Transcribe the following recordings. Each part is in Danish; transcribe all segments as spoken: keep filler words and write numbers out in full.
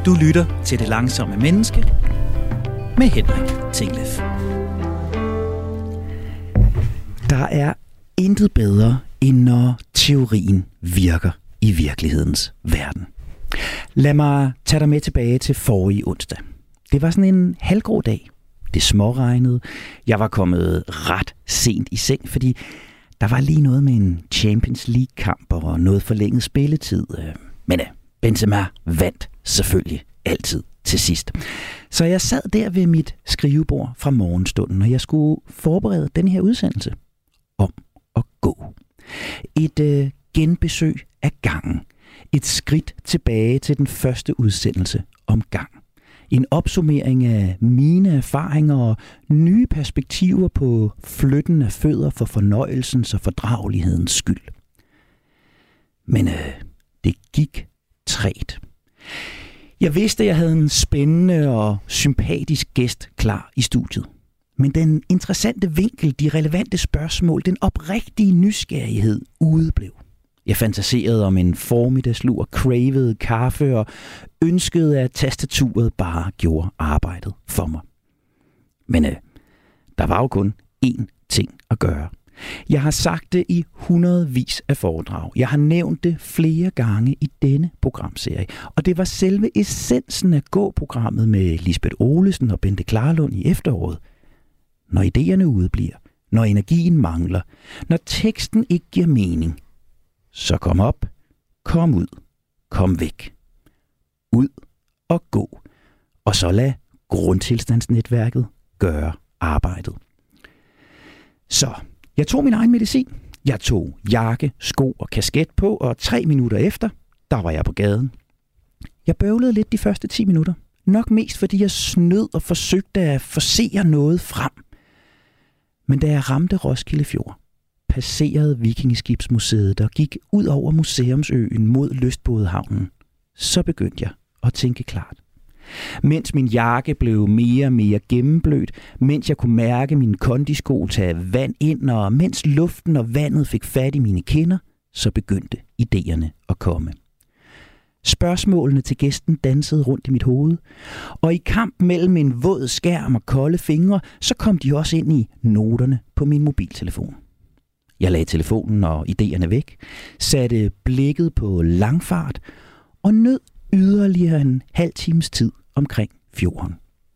Du lytter til Det Langsomme Menneske med Henrik Tinglef. Der er intet bedre, end når teorien virker i virkelighedens verden. Lad mig tage dig med tilbage til forrige onsdag. Det var sådan en halvgrå dag. Det småregnede. Jeg var kommet ret sent i seng, fordi der var lige noget med en Champions League-kamp og noget forlænget spilletid. Men Benzema vandt selvfølgelig altid til sidst. Så jeg sad der ved mit skrivebord fra morgenstunden, og jeg skulle forberede den her udsendelse om at gå. Et øh, genbesøg af gangen. Et skridt tilbage til den første udsendelse om gang. En opsummering af mine erfaringer og nye perspektiver på flytten af fødder for fornøjelsens og fordragelighedens skyld. Men øh, det gik trægt. Jeg vidste, at jeg havde en spændende og sympatisk gæst klar i studiet. Men den interessante vinkel, de relevante spørgsmål, den oprigtige nysgerrighed udeblev. Jeg fantaserede om en formiddagslur, cravede kaffe og ønskede, at tastaturet bare gjorde arbejdet for mig. Men øh, der var jo kun én ting at gøre. Jeg har sagt det i hundredvis af foredrag. Jeg har nævnt det flere gange i denne programserie. Og det var selve essensen af gå-programmet med Lisbeth Olesen og Bente Klarlund i efteråret. Når idéerne udebliver, når energien mangler, når teksten ikke giver mening, så kom op, kom ud, kom væk. Ud og gå. Og så lad grundtilstandsnetværket gøre arbejdet. Så jeg tog min egen medicin. Jeg tog jakke, sko og kasket på, og tre minutter efter, der var jeg på gaden. Jeg bøvlede lidt de første ti minutter. Nok mest fordi jeg snød og forsøgte at forcere noget frem. Men da jeg ramte Roskilde Fjord, passerede Vikingeskibsmuseet og gik ud over Museumsøen mod Lystbådehavnen, så begyndte jeg at tænke klart. Mens min jakke blev mere og mere gennemblødt, mens jeg kunne mærke mine kondisko tage vand ind, og mens luften og vandet fik fat i mine kinder, så begyndte idéerne at komme. Spørgsmålene til gæsten dansede rundt i mit hoved, og i kamp mellem en våd skærm og kolde fingre, så kom de også ind i noterne på min mobiltelefon. Jeg lagde telefonen og idéerne væk, satte blikket på langfart og nød yderligere en halv times tid omkring fjorden.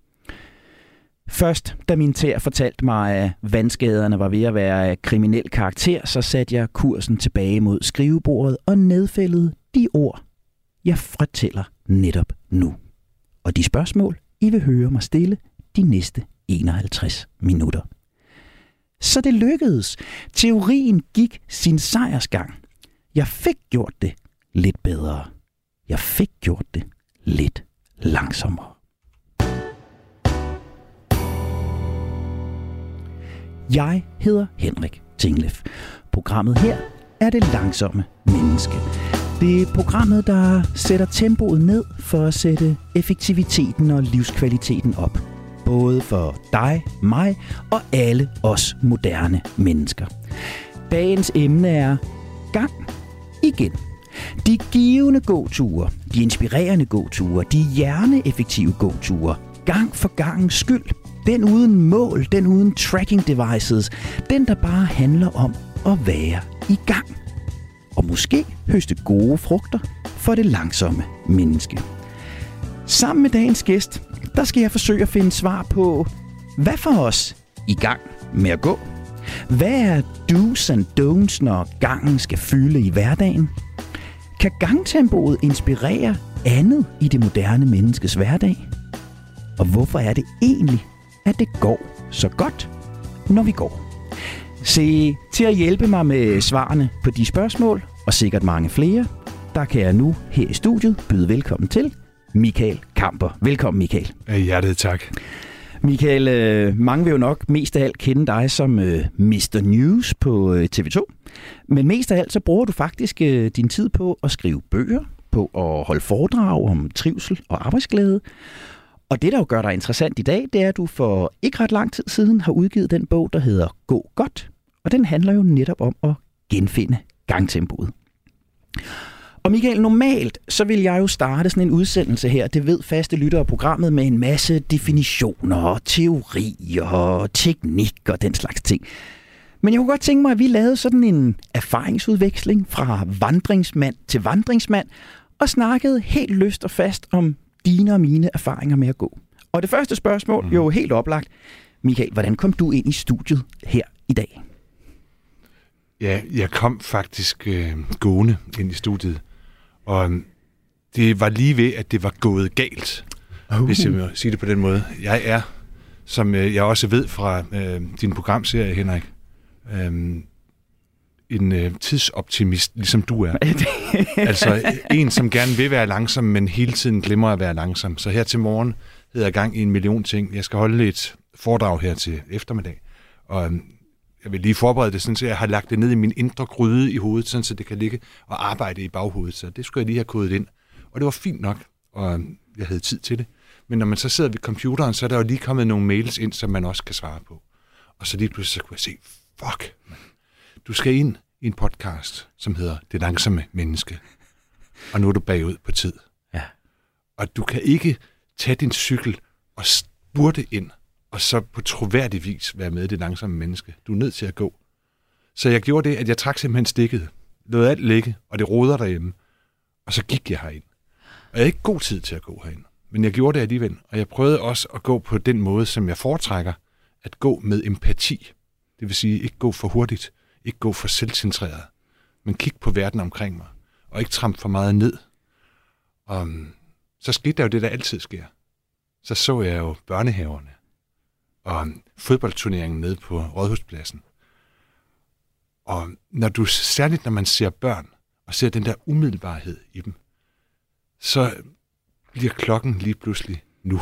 Først, da min tær fortalte mig, at vandskaderne var ved at være af kriminel karakter, så satte jeg kursen tilbage mod skrivebordet og nedfældede de ord, jeg fortæller netop nu. Og de spørgsmål, I vil høre mig stille de næste enoghalvtreds minutter. Så det lykkedes. Teorien gik sin sejrsgang. Jeg fik gjort det lidt bedre. Jeg fik gjort det lidt langsommere. Jeg hedder Henrik Tinglef. Programmet her er Det Langsomme Menneske. Det er programmet, der sætter tempoet ned for at sætte effektiviteten og livskvaliteten op. Både for dig, mig og alle os moderne mennesker. Dagens emne er gang igen. De givende gåture, de inspirerende gåture, de hjerneeffektive gåture. Gang for gangens skyld. Den uden mål, den uden tracking devices. Den, der bare handler om at være i gang. Og måske høste gode frugter for det langsomme menneske. Sammen med dagens gæst, der skal jeg forsøge at finde svar på, hvad får os i gang med at gå? Hvad er do's and don'ts, når gangen skal fylde i hverdagen? Kan gangtempoet inspirere andet i det moderne menneskes hverdag? Og hvorfor er det egentlig, at det går så godt, når vi går? Se, til at hjælpe mig med svarene på de spørgsmål, og sikkert mange flere, der kan jeg nu her i studiet byde velkommen til Michael Kamper. Velkommen, Michael. Hjertet tak. Michael, øh, mange vil jo nok mest af alt kende dig som øh, mister News på øh, T V to. Men mest af alt så bruger du faktisk øh, din tid på at skrive bøger, på at holde foredrag om trivsel og arbejdsglæde. Og det, der jo gør dig interessant i dag, det er, at du for ikke ret lang tid siden har udgivet den bog, der hedder Gå godt. Og den handler jo netop om at genfinde gangtempoet. Og Michael, normalt så vil jeg jo starte sådan en udsendelse her, det ved faste lyttere af programmet, med en masse definitioner og teorier og teknik og den slags ting. Men jeg kunne godt tænke mig, at vi lavede sådan en erfaringsudveksling fra vandringsmand til vandringsmand og snakkede helt løst og fast om dine og mine erfaringer med at gå. Og det første spørgsmål, mm. jo helt oplagt. Michael, hvordan kom du ind i studiet her i dag? Ja, jeg kom faktisk øh, gående ind i studiet, og øh, det var lige ved, at det var gået galt, uh. hvis jeg må sige det på den måde. Jeg er, som øh, jeg også ved fra øh, din programserie, Henrik, øh, en øh, tidsoptimist, ligesom du er. Altså en, som gerne vil være langsom, men hele tiden glemmer at være langsom. Så her til morgen hedder jeg gang i en million ting. Jeg skal holde et foredrag her til eftermiddag, og øh, jeg vil lige forberede det, sådan, så jeg har lagt det ned i min indre gryde i hovedet, sådan, så det kan ligge og arbejde i baghovedet. Så det skulle jeg lige have kodet ind. Og det var fint nok, og jeg havde tid til det. Men når man så sidder ved computeren, så er der jo lige kommet nogle mails ind, som man også kan svare på. Og så lige pludselig så kunne jeg se, fuck, man. Du skal ind i en podcast, som hedder Det Langsomme Menneske. Og nu er du bagud på tid. Ja. Og du kan ikke tage din cykel og spurte ind, og så på troværdig vis være med i Det Langsomme Menneske. Du er nødt til at gå. Så jeg gjorde det, at jeg trak simpelthen stikket, lod alt ligge, og det roder derhjemme, og så gik jeg herind. Og jeg havde ikke god tid til at gå herind, men jeg gjorde det alligevel, og jeg prøvede også at gå på den måde, som jeg foretrækker, at gå med empati. Det vil sige, ikke gå for hurtigt, ikke gå for selvcentreret, men kig på verden omkring mig, og ikke trampe for meget ned. Og så skete der jo det, der altid sker. Så så jeg jo børnehaverne, og fodboldturneringen nede på Rådhuspladsen. Og når du, særligt når man ser børn, og ser den der umiddelbarhed i dem, så bliver klokken lige pludselig nu.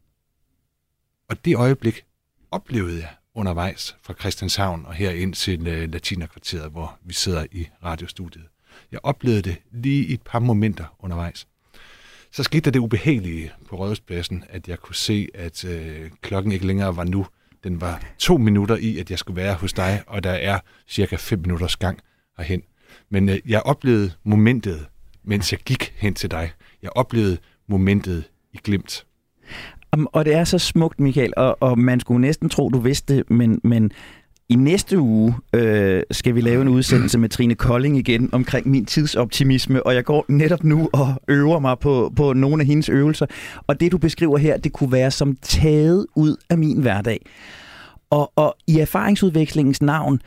Og det øjeblik oplevede jeg undervejs fra Christianshavn og herind til uh, Latinerkvarteret, hvor vi sidder i radiostudiet. Jeg oplevede det lige i et par momenter undervejs. Så skete der det ubehagelige på Rådhuspladsen, at jeg kunne se, at øh, klokken ikke længere var nu. Den var to minutter i, at jeg skulle være hos dig, og der er cirka fem minutters gang herhen. Men øh, jeg oplevede momentet, mens jeg gik hen til dig. Jeg oplevede momentet i glimt. Um, og det er så smukt, Michael, og, og man skulle næsten tro, du vidste det, men... men i næste uge øh, skal vi lave en udsendelse med Trine Kolding igen omkring min tidsoptimisme, og jeg går netop nu og øver mig på, på nogle af hendes øvelser. Og det, du beskriver her, det kunne være som taget ud af min hverdag. Og, og i erfaringsudvekslingens navn,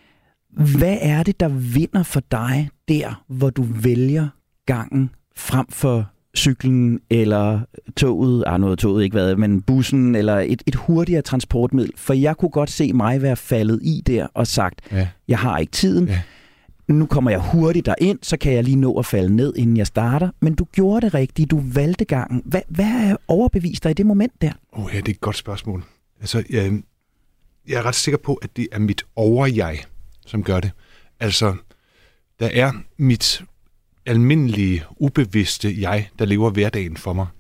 hvad er det, der vinder for dig der, hvor du vælger gangen frem for cyklen eller toget, ah, noget toget ikke været, men bussen eller et, et hurtigere transportmiddel? For jeg kunne godt se mig være faldet i der og sagt, ja. Jeg har ikke tiden. Ja. Nu kommer jeg hurtigt derind, så kan jeg lige nå at falde ned, inden jeg starter. Men du gjorde det rigtigt, du valgte gangen. Hvad, hvad er overbevist dig i det moment der? Åh oh, ja, det er et godt spørgsmål. Altså, jeg, jeg er ret sikker på, at det er mit over-jeg, som gør det. Altså, der er mit almindelige, ubevidste jeg, der lever hverdagen for mig.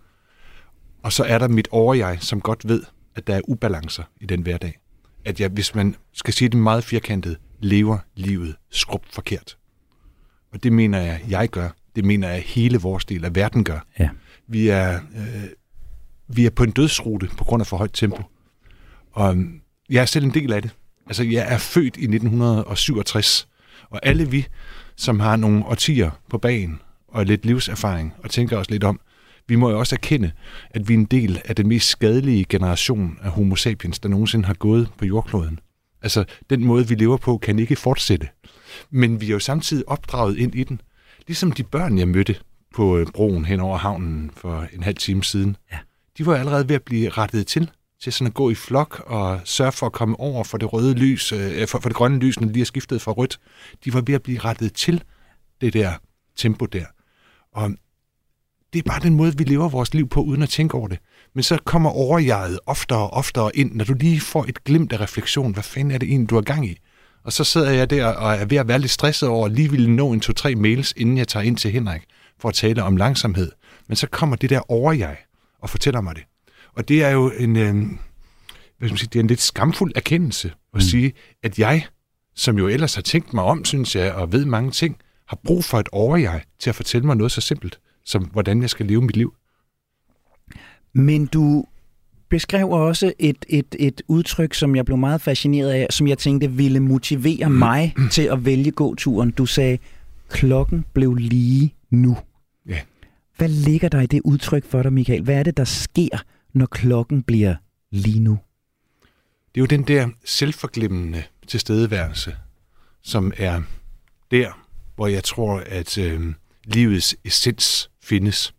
Og så er der mit over-jeg, som godt ved, at der er ubalancer i den hverdag. At jeg, hvis man skal sige det meget firkantet, lever livet skrubt forkert. Og det mener jeg, jeg gør. Det mener jeg, hele vores del af verden gør. Ja. Vi er, øh, vi er på en dødsrute på grund af for højt tempo. Og jeg er selv en del af det. Altså, jeg er født i nitten syvogtres, og alle vi, som har nogle årtier på bagen og lidt livserfaring og tænker os lidt om, vi må jo også erkende, at vi er en del af den mest skadelige generation af homo sapiens, der nogensinde har gået på jordkloden. Altså, den måde, vi lever på, kan ikke fortsætte. Men vi er jo samtidig opdraget ind i den. Ligesom de børn, jeg mødte på broen hen over havnen for en halv time siden. Ja. De var allerede ved at blive rettet til, til sådan at gå i flok og sørge for at komme over for det røde lys, øh, for, for det grønne lys, når de lige er skiftet fra rødt. De var ved at blive rettet til det der tempo der. Og det er bare den måde, vi lever vores liv på, uden at tænke over det. Men så kommer overjeget oftere og oftere ind, når du lige får et glimt af refleksion. Hvad fanden er det egentlig, du har gang i? Og så sidder jeg der og er ved at være lidt stresset over, at lige ville nå en to-tre mails, inden jeg tager ind til Henrik, for at tale om langsomhed. Men så kommer det der overjeg og fortæller mig det. Og det er jo en, øh, hvad skal man sige, det er en lidt skamfuld erkendelse at mm. sige, at jeg, som jo ellers har tænkt mig om, synes jeg, og ved mange ting, har brug for et overjeg til at fortælle mig noget så simpelt, som hvordan jeg skal leve mit liv. Men du beskrev også et, et, et udtryk, som jeg blev meget fascineret af, som jeg tænkte ville motivere mig til at vælge gåturen. Du sagde, klokken blev lige nu. Ja. Hvad ligger der i det udtryk for dig, Michael? Hvad er det, der sker, når klokken bliver lige nu? Det er jo den der selvforglemmende tilstedeværelse, som er der, hvor jeg tror, at øh, livets essens findes.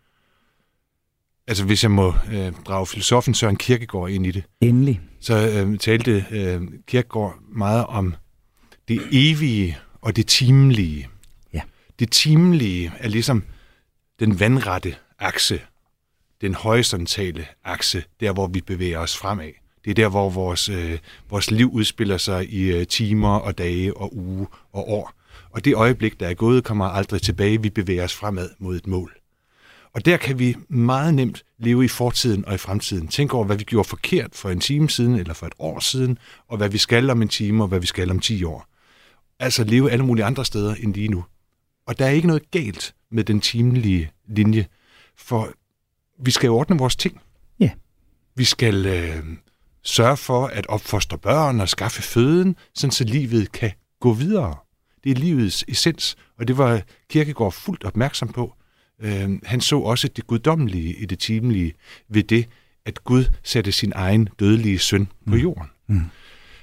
Altså hvis jeg må øh, drage filosofen Søren Kierkegaard ind i det, Endelig. så øh, talte øh, Kierkegaard meget om det evige og det timelige. Ja. Det timelige er ligesom den vandrette akse, den horisontale akse, der hvor vi bevæger os fremad. Det er der, hvor vores, øh, vores liv udspiller sig i øh, timer og dage og uge og år. Og det øjeblik, der er gået, kommer aldrig tilbage. Vi bevæger os fremad mod et mål. Og der kan vi meget nemt leve i fortiden og i fremtiden. Tænk over, hvad vi gjorde forkert for en time siden eller for et år siden, og hvad vi skal om en time og hvad vi skal om ti år. Altså leve alle mulige andre steder end lige nu. Og der er ikke noget galt med den timelige linje, for vi skal jo ordne vores ting. Ja. Vi skal øh, sørge for at opfostre børn og skaffe føden, sådan så livet kan gå videre. Det er livets essens, og det var Kierkegaard fuldt opmærksom på. Uh, han så også det guddommelige i det timelige ved det, at Gud satte sin egen dødelige søn på jorden. Mm. Mm.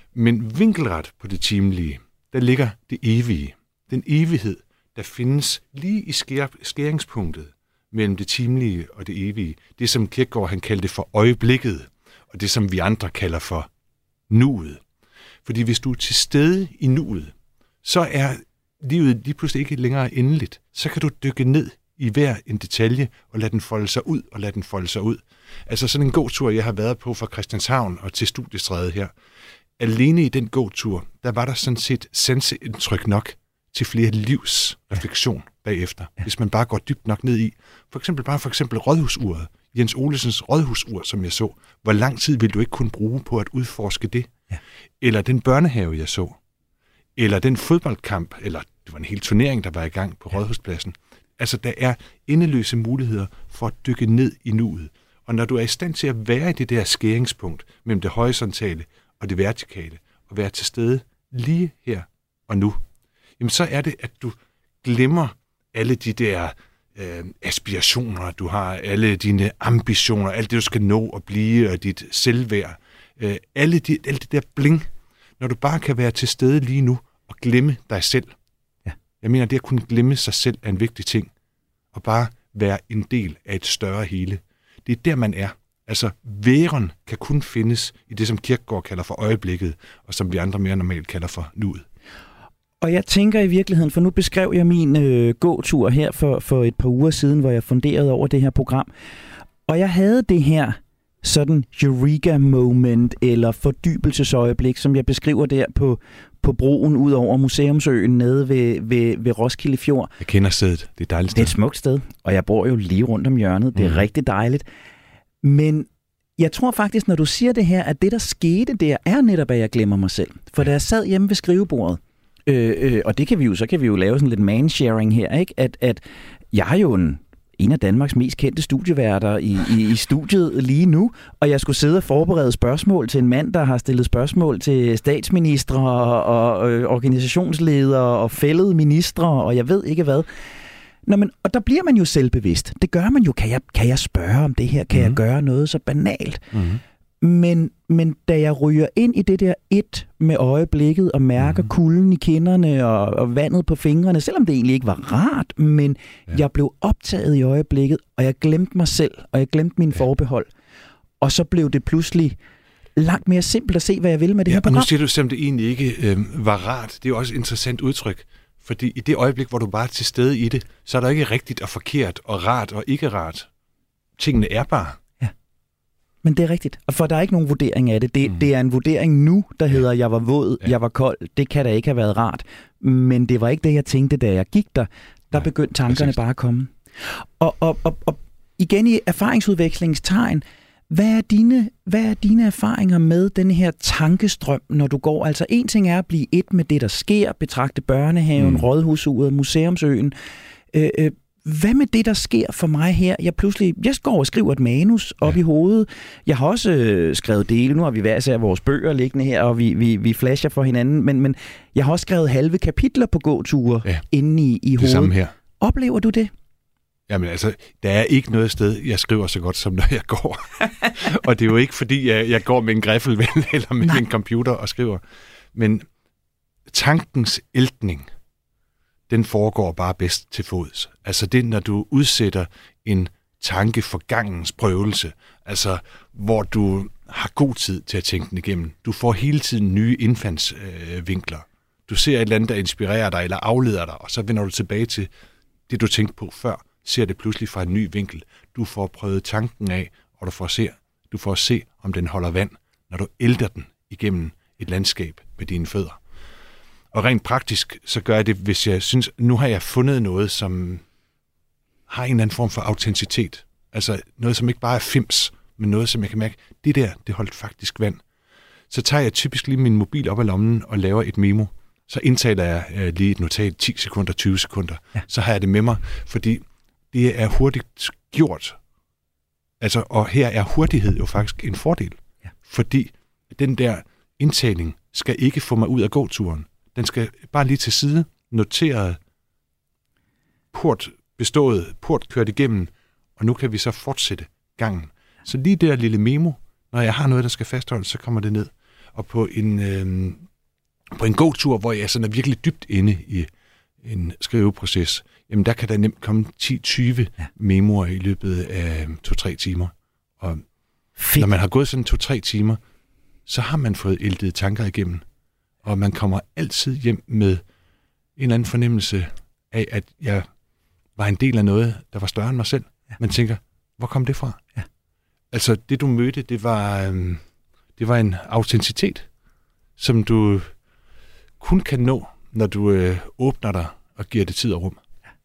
Men vinkelret på det timelige, der ligger det evige. Den evighed, der findes lige i skær- skæringspunktet mellem det timelige og det evige. Det, som Kierkegaard han kaldte for øjeblikket, og det, som vi andre kalder for nuet. Fordi hvis du er til stede i nuet, så er livet lige pludselig ikke længere endeligt. Så kan du dykke ned i hver en detalje, og lade den folde sig ud, og lade den folde sig ud. Altså sådan en gåtur, jeg har været på fra Christianshavn og til Studiestræde her. Alene i den gåtur, der var der sådan set sanseindtryk nok til flere livs refleksion bagefter. Ja. Hvis man bare går dybt nok ned i, for eksempel bare for eksempel rådhusuret, Jens Olesens rådhusur, som jeg så. Hvor lang tid vil du ikke kunne bruge på at udforske det? Ja. Eller den børnehave, jeg så. Eller den fodboldkamp, eller det var en hel turnering, der var i gang på ja. Rådhuspladsen. Altså, der er endeløse muligheder for at dykke ned i nuet. Og når du er i stand til at være i det der skæringspunkt mellem det horisontale og det vertikale, og være til stede lige her og nu, jamen så er det, at du glemmer alle de der øh, aspirationer, du har, alle dine ambitioner, alt det, du skal nå at blive, og dit selvværd. Øh, alle, de, alle det der bling, når du bare kan være til stede lige nu og glemme dig selv. Jeg mener, det at kunne glemme sig selv er en vigtig ting, og bare være en del af et større hele. Det er der, man er. Altså, væren kan kun findes i det, som Kierkegaard kalder for øjeblikket, og som vi andre mere normalt kalder for nuet. Og jeg tænker i virkeligheden, for nu beskrev jeg min øh, gåtur her for, for et par uger siden, hvor jeg funderede over det her program, og jeg havde det her sådan eureka-moment eller fordybelsesøjeblik, som jeg beskriver der på, på broen ud over Museumsøen nede ved, ved, ved Roskilde Fjord. Jeg kender stedet. Det er et dejligt sted. Det er et smukt sted, og jeg bor jo lige rundt om hjørnet. Det er mm. rigtig dejligt. Men jeg tror faktisk, når du siger det her, at det, der skete der, er netop, at jeg glemmer mig selv. For da jeg sad hjemme ved skrivebordet, øh, øh, og det kan vi jo, så kan vi jo lave sådan lidt mansharing her, ikke? At, at jeg har jo en en af Danmarks mest kendte studieværter i, i, i studiet lige nu, og jeg skulle sidde og forberede spørgsmål til en mand, der har stillet spørgsmål til statsministre og, og øh, organisationsledere og fældede ministre, og jeg ved ikke hvad. Nå, men, og der bliver man jo selvbevidst. Det gør man jo. Kan jeg, kan jeg spørge om det her? Kan mm. jeg gøre noget så banalt? Mm. Men, men da jeg ryger ind i det der et med øjeblikket og mærker mm. kulden i kinderne og, og vandet på fingrene, selvom det egentlig ikke var rart, men ja. jeg blev optaget i øjeblikket, og jeg glemte mig selv, og jeg glemte mine ja. forbehold. Og så blev det pludselig langt mere simpelt at se, hvad jeg vil med det ja, her program. Og nu siger du, selvom det egentlig ikke øh, var rart, det er jo også et interessant udtryk, fordi i det øjeblik, hvor du bare er til stede i det, så er der ikke rigtigt og forkert og rart og ikke rart. Tingene er bare. Men det er rigtigt. Og for der er ikke nogen vurdering af det. Det, mm. det er en vurdering nu, der hedder, jeg var våd, ja. jeg var kold. Det kan da ikke have været rart. Men det var ikke det, jeg tænkte, da jeg gik der. Der Nej, begyndte tankerne præcis. bare at komme. Og, og, og, og igen i erfaringsudvekslingstegn, Hvad er, dine, hvad er dine erfaringer med den her tankestrøm, når du går? Altså en ting er at blive et med det, der sker, betragte børnehaven, mm. rådhusuret, museumsøen. Øh, øh, hvad med det, der sker for mig her? Jeg pludselig, jeg går og skriver et manus op ja. i hovedet. Jeg har også øh, skrevet dele. Nu har vi hver især vores bøger liggende her, og vi, vi, vi flasher for hinanden. Men, men jeg har også skrevet halve kapitler på gåture ja. inde i, i hovedet. Det samme her. Oplever du det? Jamen altså, der er ikke noget sted, jeg skriver så godt, som når jeg går. Og det er jo ikke, fordi jeg, jeg går med en griffelven eller med Nej. en computer og skriver. Men tankens æltning, den foregår bare bedst til fods. Altså det, når du udsætter en tanke for gangens prøvelse, altså hvor du har god tid til at tænke den igennem. Du får hele tiden nye indfaldsvinkler. Du ser et eller andet, der inspirerer dig eller afleder dig, og så vender du tilbage til det, du tænkte på før. Ser det pludselig fra en ny vinkel. Du får prøvet tanken af, og du får se, du får se, om den holder vand, når du ælter den igennem et landskab med dine fødder. Og rent praktisk, så gør jeg det, hvis jeg synes, nu har jeg fundet noget, som har en eller anden form for autenticitet. Altså noget, som ikke bare er fims, men noget, som jeg kan mærke, det der, det holdt faktisk vand. Så tager jeg typisk lige min mobil op af lommen og laver et memo. Så indtaler jeg øh, lige et notat, ti sekunder, tyve sekunder. Ja. Så har jeg det med mig, fordi det er hurtigt gjort. Altså, og her er hurtighed jo faktisk en fordel. Ja. Fordi den der indtagning skal ikke få mig ud af gåturen. Den skal bare lige til side, noteret, port bestået, port kørt igennem, og nu kan vi så fortsætte gangen. Så lige der lille memo, når jeg har noget, der skal fastholdes, så kommer det ned. Og på en, øh, på en gåtur, hvor jeg sådan er virkelig dybt inde i en skriveproces, jamen der kan der nemt komme ti til tyve ja. memoer i løbet af to-tre timer. Og Fedt. Når man har gået sådan to-tre timer, så har man fået æltet tanker igennem. Og man kommer altid hjem med en eller anden fornemmelse af, at jeg var en del af noget, der var større end mig selv. Ja. Man tænker, hvor kom det fra? Ja. Altså det du mødte, det var, øhm, det var en autenticitet, som du kun kan nå, når du øh, åbner dig og giver det tid og rum.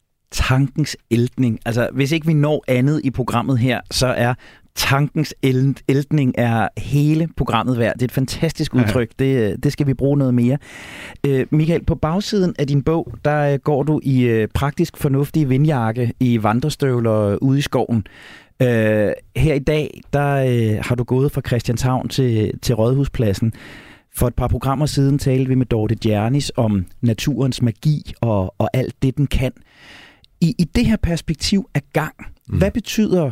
Tankens æltning. Altså, hvis ikke vi når andet i programmet her, så er tankens æltning er hele programmet værd. Det er et fantastisk udtryk. Ja. Det, det skal vi bruge noget mere. Øh, Michael, på bagsiden af din bog, der går du i øh, praktisk fornuftig vindjakke i vandrestøvler ude i skoven. Øh, her i dag, der øh, har du gået fra Christianshavn til, til Rådhuspladsen. For et par programmer siden talte vi med Dorte Djernis om naturens magi og, og alt det, den kan. I, i det her perspektiv af gang, mm. hvad betyder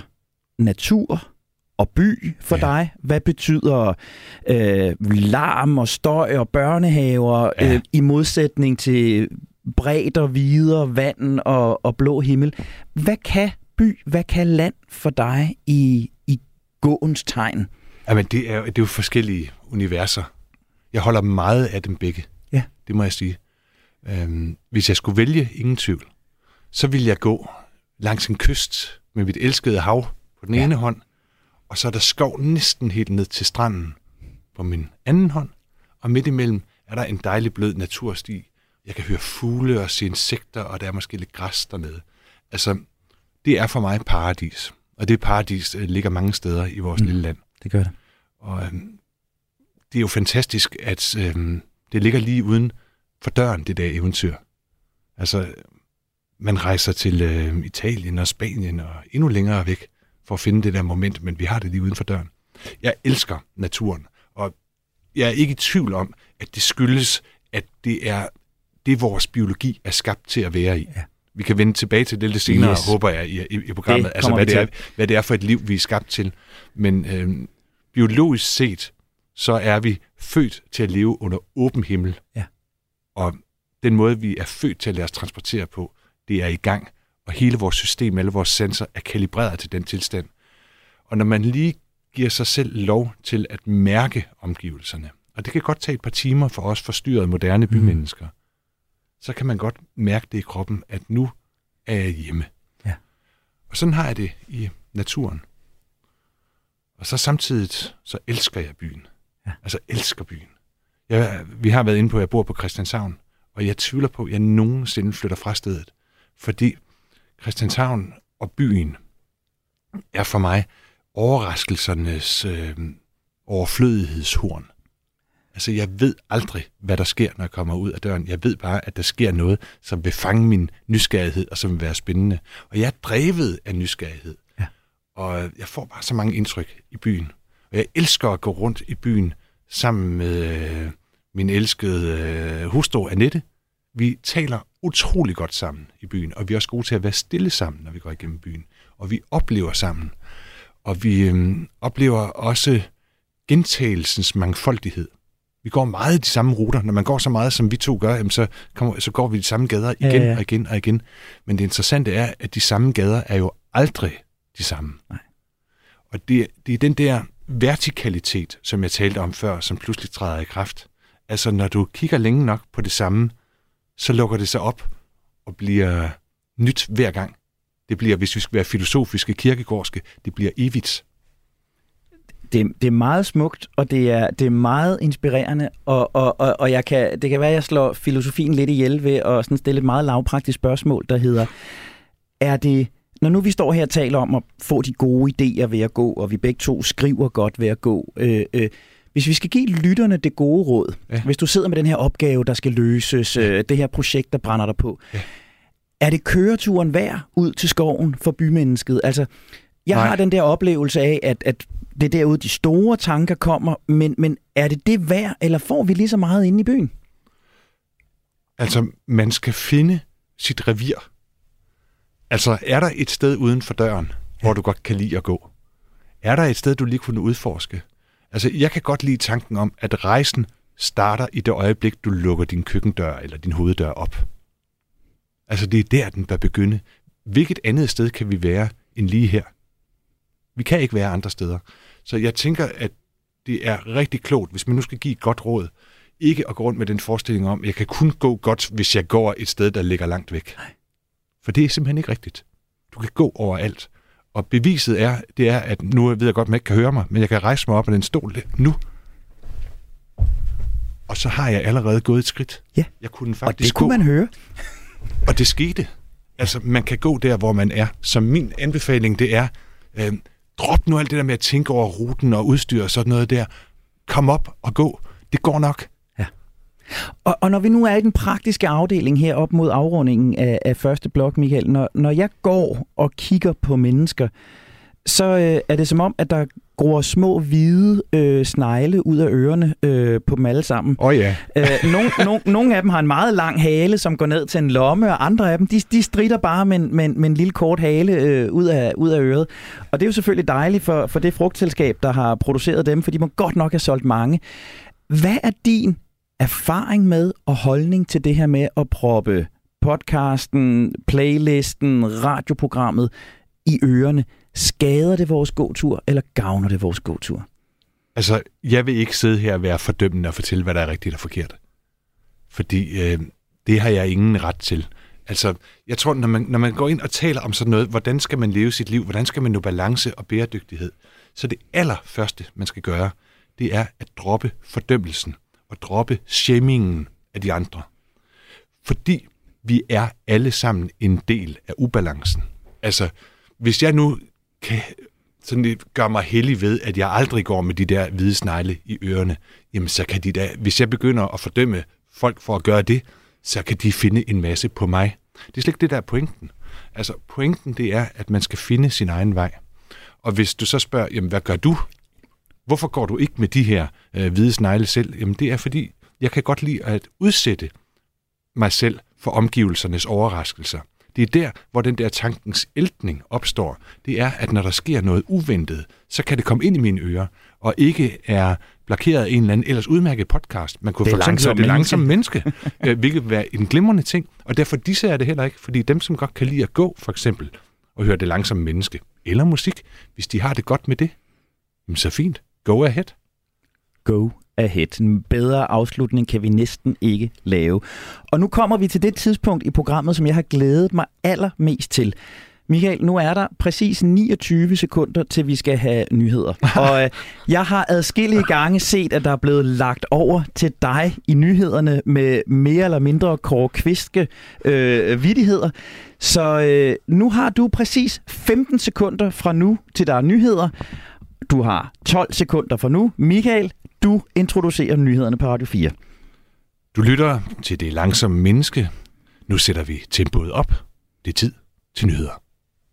natur og by for ja. dig? Hvad betyder øh, larm og støj og børnehaver ja. øh, i modsætning til bredder, vider, vand og, og blå himmel? Hvad kan by, hvad kan land for dig i, i gåens tegn? Jamen, det er, det er jo forskellige universer. Jeg holder meget af dem begge. Ja. Det må jeg sige. Øhm, hvis jeg skulle vælge, ingen tvivl, så ville jeg gå langs en kyst med mit elskede hav på den ja. ene hånd, og så er der skov næsten helt ned til stranden på min anden hånd, og midt imellem er der en dejlig blød natursti. Jeg kan høre fugle og se insekter, og der er måske lidt græs dernede. Altså, det er for mig paradis, og det paradis øh, ligger mange steder i vores mm. lille land. Det gør det. Og øhm, det er jo fantastisk, at øhm, det ligger lige uden for døren, det der eventyr. Altså, man rejser til øh, Italien og Spanien og endnu længere væk for at finde det der moment, men vi har det lige uden for døren. Jeg elsker naturen, og jeg er ikke i tvivl om, at det skyldes, at det er det, vores biologi er skabt til at være i. Ja. Vi kan vende tilbage til det lidt senere, yes. håber jeg, i, i, i programmet, altså hvad det, er, hvad det er for et liv, vi er skabt til. Men øh, biologisk set, så er vi født til at leve under åben himmel. Ja. Og den måde, vi er født til at lade os transportere på, det er i gang, og hele vores system, alle vores sensorer er kalibreret til den tilstand. Og når man lige giver sig selv lov til at mærke omgivelserne, og det kan godt tage et par timer for os forstyrrede moderne bymennesker, mm. så kan man godt mærke det i kroppen, at nu er jeg hjemme. Ja. Og sådan har jeg det i naturen. Og så samtidig, så elsker jeg byen. Ja. Altså elsker byen. Jeg, vi har været inde på, at jeg bor på Christianshavn, og jeg tvivler på, at jeg nogensinde flytter fra stedet. Fordi Christianshavn og byen er for mig overraskelsernes øh, overflødighedshorn. Altså, jeg ved aldrig, hvad der sker, når jeg kommer ud af døren. Jeg ved bare, at der sker noget, som vil fange min nysgerrighed, og som vil være spændende. Og jeg er drevet af nysgerrighed. Ja. Og jeg får bare så mange indtryk i byen. Og jeg elsker at gå rundt i byen sammen med øh, min elskede øh, hustru Annette. Vi taler utrolig godt sammen i byen, og vi er også gode til at være stille sammen, når vi går igennem byen. Og vi oplever sammen. Og vi øh, oplever også gentagelsens mangfoldighed. Vi går meget de samme ruter. Når man går så meget, som vi to gør, jamen så, kommer, så går vi de samme gader igen ja, ja. og igen og igen. Men det interessante er, at de samme gader er jo aldrig de samme. Nej. Og det, det er den der vertikalitet, som jeg talte om før, som pludselig træder i kraft. Altså, når du kigger længe nok på det samme, så lukker det sig op og bliver nyt hver gang. Det bliver, hvis vi skal være filosofiske, kirkegårdske, det bliver evigt. Det, det er meget smukt, og det er, det er meget inspirerende, og, og, og, og jeg kan, det kan være, at jeg slår filosofien lidt ihjel ved at sådan stille et meget lavpraktisk spørgsmål, der hedder, er det, når nu vi står her og taler om at få de gode idéer ved at gå, og vi begge to skriver godt ved at gå, øh, øh, hvis vi skal give lytterne det gode råd, ja. Hvis du sidder med den her opgave, der skal løses, øh, det her projekt, der brænder dig på, ja. Er det køreturen værd ud til skoven for bymennesket? Altså, jeg Nej. har den der oplevelse af, at, at det er derude, de store tanker kommer, men, men er det det værd, eller får vi lige så meget inde i byen? Altså, man skal finde sit revir. Altså, er der et sted uden for døren, ja. hvor du godt kan lide at gå? Er der et sted, du lige kunne udforske? Altså, jeg kan godt lide tanken om, at rejsen starter i det øjeblik, du lukker din køkkendør eller din hoveddør op. Altså, det er der, den bør begynde. Hvilket andet sted kan vi være end lige her? Vi kan ikke være andre steder. Så jeg tænker, at det er rigtig klogt, hvis man nu skal give et godt råd, ikke at gå rundt med den forestilling om, at jeg kan kun gå godt, hvis jeg går et sted, der ligger langt væk. Nej. For det er simpelthen ikke rigtigt. Du kan gå overalt. Og beviset er, det er, at nu ved jeg godt, at man ikke kan høre mig, men jeg kan rejse mig op af den stol nu. Og så har jeg allerede gået et skridt. Ja, jeg kunne faktisk og det kunne gå. Man høre. Og det skete. Altså, man kan gå der, hvor man er. Så min anbefaling, det er, øh, drop nu alt det der med at tænke over ruten og udstyr og sådan noget der. Kom op og gå. Det går nok. Ja. Og, og når vi nu er i den praktiske afdeling her op mod afrundingen af, af første blok, Michael, når, når jeg går og kigger på mennesker, så øh, er det som om, at der gror små hvide øh, snegle ud af ørerne øh, på dem alle sammen. Åh oh, ja. øh, nogle, nogle, nogle af dem har en meget lang hale, som går ned til en lomme, og andre af dem, de, de stritter bare med, med, med en lille kort hale øh, ud, af, ud af øret. Og det er jo selvfølgelig dejligt for, for det frugtselskab, der har produceret dem, for de må godt nok have solgt mange. Hvad er din erfaring med og holdning til det her med at proppe podcasten, playlisten, radioprogrammet i ørerne? Skader det vores gåtur, eller gavner det vores gåtur? Altså, jeg vil ikke sidde her og være fordømmende og fortælle, hvad der er rigtigt og forkert. Fordi øh, det har jeg ingen ret til. Altså, jeg tror, når man, når man går ind og taler om sådan noget, hvordan skal man leve sit liv, hvordan skal man nå balance og bæredygtighed, så det allerførste, man skal gøre, det er at droppe fordømmelsen og droppe shamingen af de andre. Fordi vi er alle sammen en del af ubalancen. Altså, hvis jeg nu kan sådan lidt gøre mig heldig ved, at jeg aldrig går med de der hvide snegle i ørerne, jamen så kan de da, hvis jeg begynder at fordømme folk for at gøre det, så kan de finde en masse på mig. Det er slet ikke det, der er pointen. Altså, pointen det er, at man skal finde sin egen vej. Og hvis du så spørger, jamen hvad gør du? Hvorfor går du ikke med de her øh, hvide snegle selv? Jamen det er fordi, jeg kan godt lide at udsætte mig selv for omgivelsernes overraskelser. Det er der, hvor den der tankens æltning opstår. Det er, at når der sker noget uventet, så kan det komme ind i mine ører, og ikke er blokeret af en eller anden ellers udmærket podcast. Man kunne for eksempel høre det langsomme menneske, hvilket vil være en glimrende ting, og derfor disse er det heller ikke, fordi dem, som godt kan lide at gå, for eksempel, og høre det langsomme menneske, eller musik, hvis de har det godt med det, så fint. Go ahead. Go ahead. En bedre afslutning kan vi næsten ikke lave. Og nu kommer vi til det tidspunkt i programmet, som jeg har glædet mig allermest til. Michael, nu er der præcis niogtyve sekunder, til vi skal have nyheder. Og øh, jeg har adskillige gange set, at der er blevet lagt over til dig i nyhederne med mere eller mindre Kåre Kvistke øh, vittigheder. Så øh, nu har du præcis femten sekunder fra nu til der er nyheder. Du har tolv sekunder fra nu. Michael, du introducerer nyhederne på Radio fire. Du lytter til Det Langsomme Menneske. Nu sætter vi tempoet op. Det er tid til nyheder.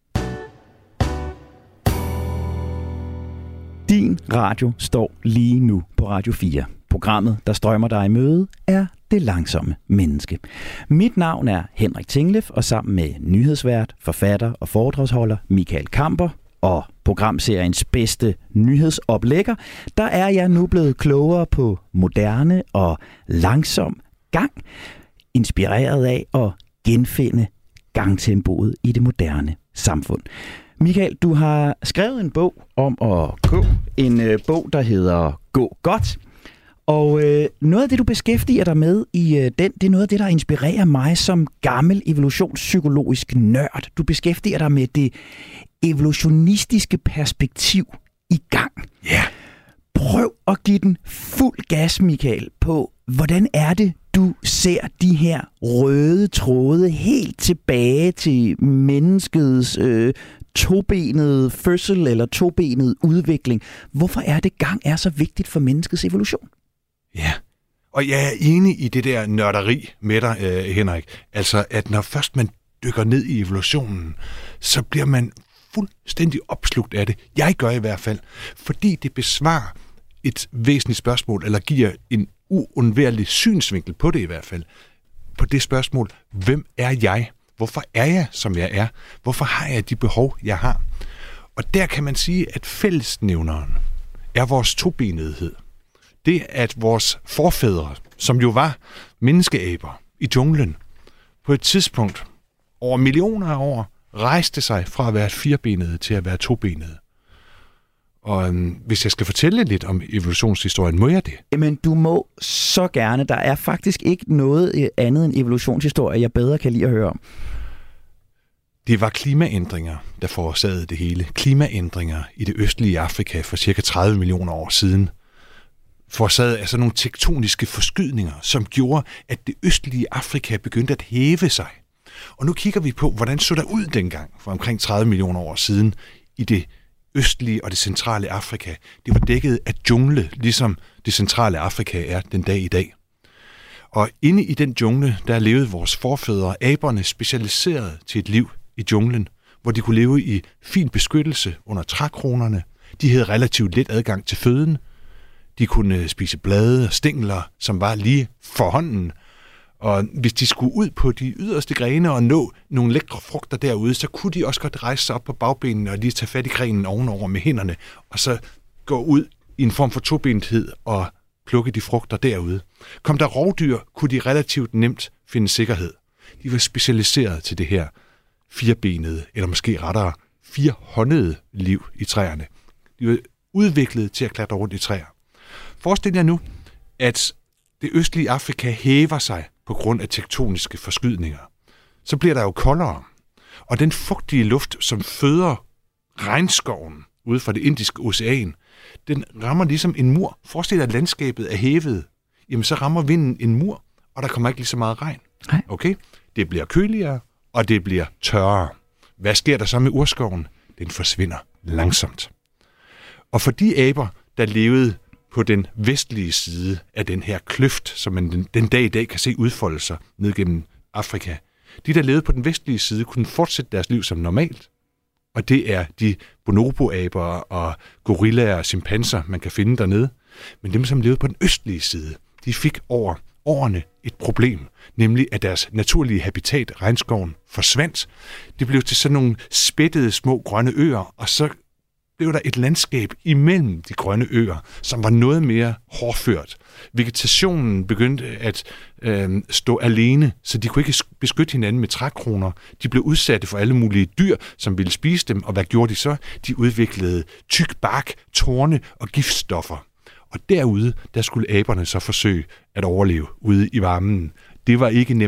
Din radio står lige nu på Radio fire. Programmet, der strømmer dig i møde, er Det Langsomme Menneske. Mit navn er Henrik Tinglef, og sammen med nyhedsvært, forfatter og foredragsholder Michael Kamper og programseriens bedste nyhedsoplægger, der er jeg nu blevet klogere på moderne og langsom gang, inspireret af at genfinde gangtempoet i det moderne samfund. Michael, du har skrevet en bog om at gå. En øh, bog, der hedder Gå Godt. Og øh, noget af det, du beskæftiger dig med i øh, den, det er noget af det, der inspirerer mig som gammel evolutionspsykologisk nørd. Du beskæftiger dig med det evolutionistiske perspektiv i gang. Ja. Yeah. Prøv at give den fuld gas, Michael, på hvordan er det, du ser de her røde tråde helt tilbage til menneskets øh, tobenede fødsel eller tobenede udvikling. Hvorfor er det gang er så vigtigt for menneskets evolution? Ja, og jeg er enig i det der nørderi med dig, øh, Henrik. Altså, at når først man dykker ned i evolutionen, så bliver man fuldstændig opslugt af det. Jeg gør i hvert fald, fordi det besvarer et væsentligt spørgsmål, eller giver en uundværlig synsvinkel på det i hvert fald. På det spørgsmål, hvem er jeg? Hvorfor er jeg, som jeg er? Hvorfor har jeg de behov, jeg har? Og der kan man sige, at fællesnævneren er vores tobenethed. Det, at vores forfædre, som jo var menneskeaber i junglen, på et tidspunkt over millioner af år, rejste sig fra at være firbenet til at være tobenet. Og øhm, hvis jeg skal fortælle lidt om evolutionshistorien, må jeg det? Jamen, du må så gerne. Der er faktisk ikke noget andet end evolutionshistorie, jeg bedre kan lide at høre om. Det var klimaændringer, der forårsagede det hele. Klimaændringer i det østlige Afrika for cirka tredive millioner år siden forårsagede altså nogle tektoniske forskydninger, som gjorde, at det østlige Afrika begyndte at hæve sig. Og nu kigger vi på, hvordan så der ud dengang for omkring tredive millioner år siden i det østlige og det centrale Afrika. Det var dækket af jungle, ligesom det centrale Afrika er den dag i dag. Og inde i den jungle, der levede vores forfædre, aberne, specialiseret til et liv i junglen, hvor de kunne leve i fin beskyttelse under trækronerne. De havde relativt let adgang til føden. De kunne spise blade og stængler, som var lige for hånden. Og hvis de skulle ud på de yderste grene og nå nogle lækre frugter derude, så kunne de også godt rejse sig op på bagbenene og lige tage fat i grenen ovenover med hænderne, og så gå ud i en form for tobenthed og plukke de frugter derude. Kom der rovdyr, kunne de relativt nemt finde sikkerhed. De var specialiseret til det her firbenede, eller måske rettere firehåndede liv i træerne. De var udviklet til at klatre rundt i træer. Forestil jer nu, at det østlige Afrika hæver sig på grund af tektoniske forskydninger. Så bliver der jo koldere. Og den fugtige luft, som føder regnskoven ude fra det indiske ocean, den rammer ligesom en mur. Forestil dig, at landskabet er hævet. Jamen, så rammer vinden en mur, og der kommer ikke lige så meget regn. Okay? Det bliver køligere, og det bliver tørrere. Hvad sker der så med urskoven? Den forsvinder langsomt. Og for de aber, der levede på den vestlige side af den her kløft, som man den, den dag i dag kan se udfolde sig ned gennem Afrika. De, der levede på den vestlige side, kunne fortsætte deres liv som normalt. Og det er de bonobo-aber og gorillaer og chimpanser, man kan finde dernede. Men dem, som levede på den østlige side, de fik over årene et problem, nemlig at deres naturlige habitat, regnskoven, forsvandt. Det blev til sådan nogle spættede små grønne øer, og så blev der et landskab imellem de grønne øer, som var noget mere hårdført. Vegetationen begyndte at øh, stå alene, så de kunne ikke beskytte hinanden med trækroner. De blev udsatte for alle mulige dyr, som ville spise dem, og hvad gjorde de så? De udviklede tyk bark, torne og giftstoffer. Og derude, der skulle aberne så forsøge at overleve ude i varmen. Det var ikke nemt.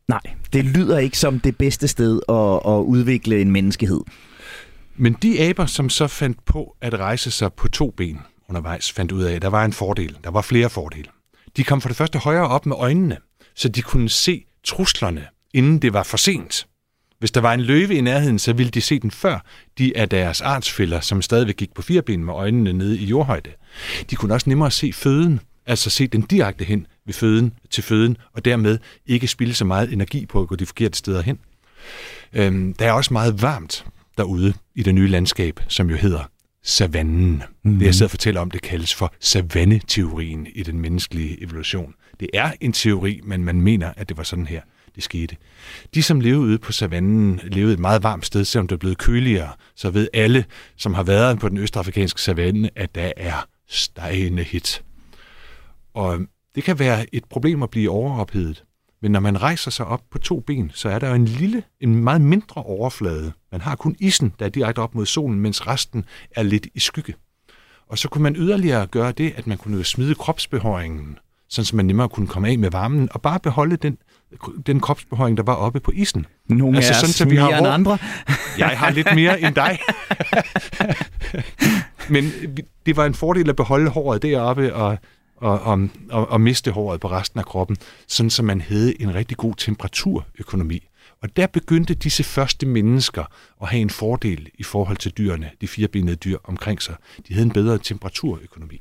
Nej, det lyder ikke som det bedste sted at, at udvikle en menneskehed. Men de aber, som så fandt på at rejse sig på to ben undervejs, fandt ud af, at der var en fordel. Der var flere fordele. De kom for det første højere op med øjnene, så de kunne se truslerne, inden det var for sent. Hvis der var en løve i nærheden, så ville de se den før de af deres artsfæller, som stadigvæk gik på fire ben med øjnene nede i jordhøjde. De kunne også nemmere se føden, altså se den direkte hen ved føden til føden, og dermed ikke spilde så meget energi på at gå de forkerte steder hen. Øhm, der er også meget varmt derude i det nye landskab, som jo hedder savannen. Mm-hmm. Det jeg sidder og fortæller om, det kaldes for savanneteorien i den menneskelige evolution. Det er en teori, men man mener, at det var sådan her, det skete. De, som levede ude på savannen, levede et meget varmt sted, selvom det er blevet køligere, så ved alle, som har været på den østafrikanske savanne, at der er stegende hit. Og det kan være et problem at blive overophedet. Men når man rejser sig op på to ben, så er der jo en lille, en meget mindre overflade. Man har kun isen, der er direkte op mod solen, mens resten er lidt i skygge. Og så kunne man yderligere gøre det, at man kunne smide kropsbehøringen, sådan så man nemmere kunne komme af med varmen, og bare beholde den, den kropsbehøring, der var oppe på isen. Nogle altså, er sådan, mere end andre. Jeg har lidt mere end dig. Men det var en fordel at beholde håret deroppe, og Og, og, og, og miste håret på resten af kroppen, sådan så man havde en rigtig god temperaturøkonomi. Og der begyndte disse første mennesker at have en fordel i forhold til dyrene, de firebenede dyr omkring sig. De havde en bedre temperaturøkonomi.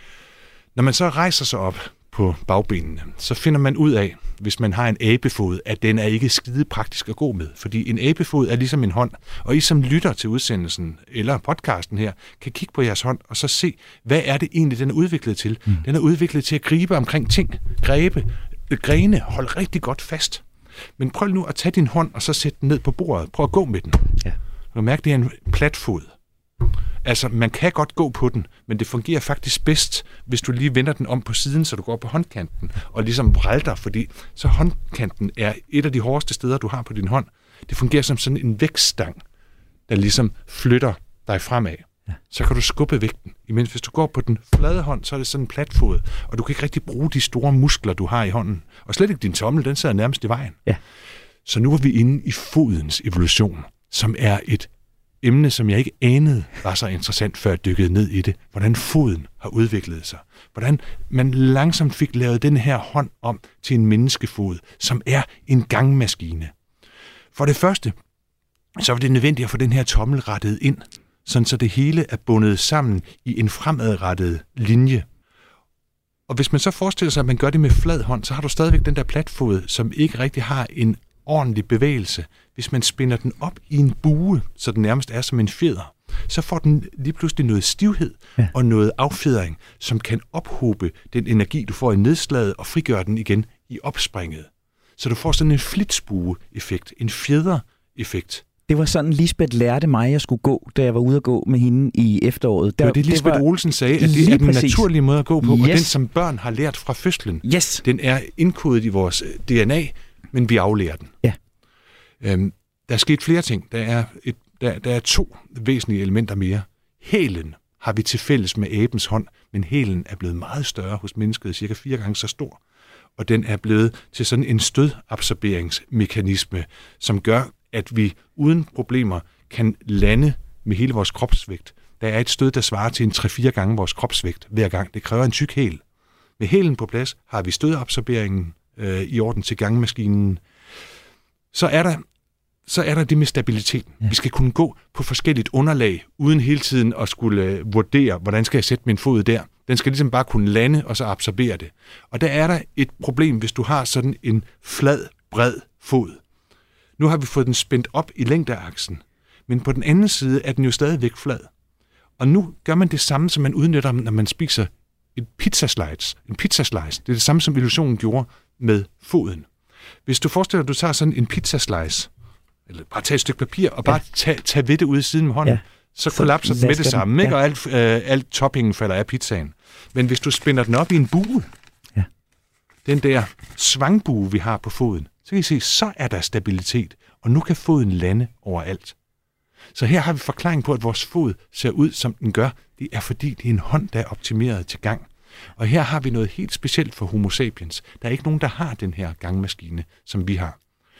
Når man så rejser sig op på bagbenene, så finder man ud af, hvis man har en abefod, at den er ikke skide praktisk at gå med. Fordi en abefod er ligesom en hånd, og I som lytter til udsendelsen eller podcasten her, kan kigge på jeres hånd og så se, hvad er det egentlig, den er udviklet til. Mm. Den er udviklet til at gribe omkring ting, grebe, grene, holde rigtig godt fast. Men prøv nu at tage din hånd og så sætte den ned på bordet. Prøv at gå med den. Ja. Du kan mærke, det er en platfod. Altså, man kan godt gå på den, men det fungerer faktisk bedst, hvis du lige vender den om på siden, så du går på håndkanten, og ligesom vrælter, fordi så håndkanten er et af de hårdeste steder, du har på din hånd. Det fungerer som sådan en vækststang, der ligesom flytter dig fremad. Ja. Så kan du skubbe vægten. Imens hvis du går på den flade hånd, så er det sådan en platfod, og du kan ikke rigtig bruge de store muskler, du har i hånden. Og slet ikke din tommel, den sidder nærmest i vejen. Ja. Så nu er vi inde i fodens evolution, som er et emne, som jeg ikke anede var så interessant, før jeg dykkede ned i det. Hvordan foden har udviklet sig. Hvordan man langsomt fik lavet den her hånd om til en menneskefod, som er en gangmaskine. For det første, så var det nødvendigt at få den her tommel rettet ind, sådan så det hele er bundet sammen i en fremadrettet linje. Og hvis man så forestiller sig, at man gør det med flad hånd, så har du stadigvæk den der platfod, som ikke rigtig har en ordentlig bevægelse. Hvis man spænder den op i en bue, så den nærmest er som en fjeder, så får den lige pludselig noget stivhed ja. og noget affjedring, som kan ophobe den energi, du får i nedslaget, og frigøre den igen i opspringet. Så du får sådan en flitsbue-effekt, en fjeder-effekt. Det var sådan, Lisbeth lærte mig, jeg skulle gå, da jeg var ude at gå med hende i efteråret. Der, det var det, Lisbeth det var... Olsen sagde, at det er den naturlige måde at gå på, yes. og den, som børn har lært fra fødslen, yes. den er indkodet i vores D N A, men vi aflærer den. Ja. Øhm, der er sket flere ting. Der er, et, der, der er to væsentlige elementer mere. Hælen har vi til fælles med abens hånd, men hælen er blevet meget større hos mennesket, cirka fire gange så stor. Og den er blevet til sådan en stødabsorberingsmekanisme, som gør, at vi uden problemer kan lande med hele vores kropsvægt. Der er et stød, der svarer til en tre-fire gange vores kropsvægt hver gang. Det kræver en tyk hæl. Med hælen på plads har vi stødabsorberingen øh, i orden til gangmaskinen. Så er der, så er der det med stabiliteten. Ja. Vi skal kunne gå på forskelligt underlag, uden hele tiden at skulle øh, vurdere, hvordan skal jeg sætte min fod der. Den skal ligesom bare kunne lande, og så absorbere det. Og der er der et problem, hvis du har sådan en flad, bred fod. Nu har vi fået den spændt op i længdeaksen, men på den anden side er den jo stadigvæk flad. Og nu gør man det samme, som man udnytter, når man spiser et pizzaslice. En pizzaslice, det er det samme, som evolutionen gjorde med foden. Hvis du forestiller dig, at du tager sådan en pizzaslice, eller bare tage et stykke papir, og bare ja. tage, tage ved det ud i siden med hånden, ja. så, så kollapser den med det samme, ikke? Ja. Og alt, øh, alt toppingen falder af pizzaen. Men hvis du spænder den op i en bue, ja. den der svangbue, vi har på foden, så kan I se, så er der stabilitet, og nu kan foden lande overalt. Så her har vi forklaring på, at vores fod ser ud, som den gør. Det er fordi, det er en hånd, der er optimeret til gang. Og her har vi noget helt specielt for Homo sapiens. Der er ikke nogen, der har den her gangmaskine, som vi har.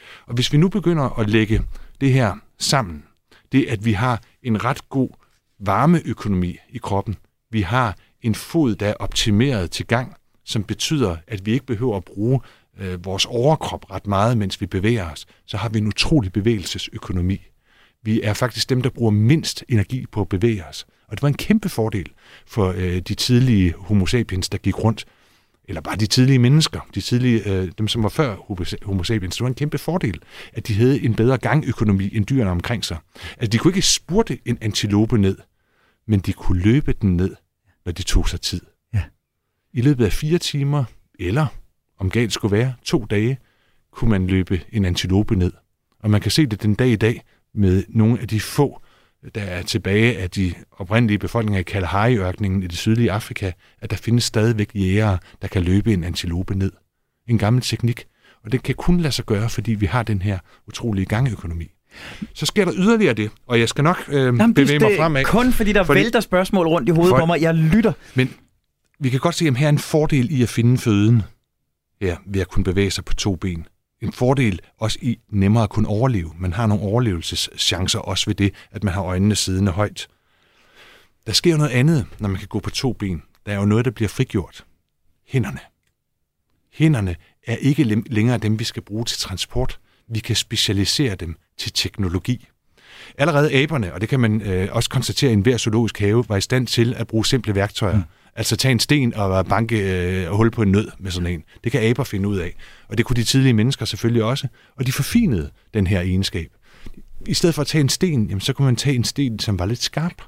Og hvis vi nu begynder at lægge det her sammen, det at vi har en ret god varmeøkonomi i kroppen, vi har en fod, der er optimeret til gang, som betyder, at vi ikke behøver at bruge øh, vores overkrop ret meget, mens vi bevæger os, så har vi en utrolig bevægelsesøkonomi. Vi er faktisk dem, der bruger mindst energi på at bevæge os. Og det var en kæmpe fordel for øh, de tidlige homo sapiens, der gik rundt, eller bare de tidlige mennesker, de tidlige, øh, dem som var før homo sapiens. Det var en kæmpe fordel, at de havde en bedre gangøkonomi end dyrene omkring sig. Altså, de kunne ikke spurte en antilope ned, men de kunne løbe den ned, når de tog sig tid. Ja. I løbet af fire timer, eller om galt skulle være, to dage, kunne man løbe en antilope ned. Og man kan se det den dag i dag med nogle af de få, der er tilbage af de oprindelige befolkninger i Kalahari-ørkenen i det sydlige Afrika, at der findes stadigvæk jægere, der kan løbe en antilope ned. En gammel teknik. Og det kan kun lade sig gøre, fordi vi har den her utrolige gangøkonomi. Så sker der yderligere det, og jeg skal nok øh, Jamen, bevæge mig fremad. Kun fordi der fordi, vælter spørgsmål rundt i hovedet for, på mig. Jeg lytter. Men vi kan godt se, at her er en fordel i at finde føden. Ja, ved at kunne bevæge sig på to ben. En fordel også i nemmere at kunne overleve. Man har nogle overlevelseschancer også ved det, at man har øjnene siddende højt. Der sker noget andet, når man kan gå på to ben. Der er jo noget, der bliver frigjort. Hænderne. Hænderne er ikke længere dem, vi skal bruge til transport. Vi kan specialisere dem til teknologi. Allerede aberne, og det kan man øh, også konstatere i enhver zoologisk have, var i stand til at bruge simple værktøjer. Mm. Altså tage en sten og banke øh, og hul på en nød med sådan en. Det kan aber finde ud af. Og det kunne de tidlige mennesker selvfølgelig også. Og de forfinede den her egenskab. I stedet for at tage en sten, jamen, så kunne man tage en sten, som var lidt skarp.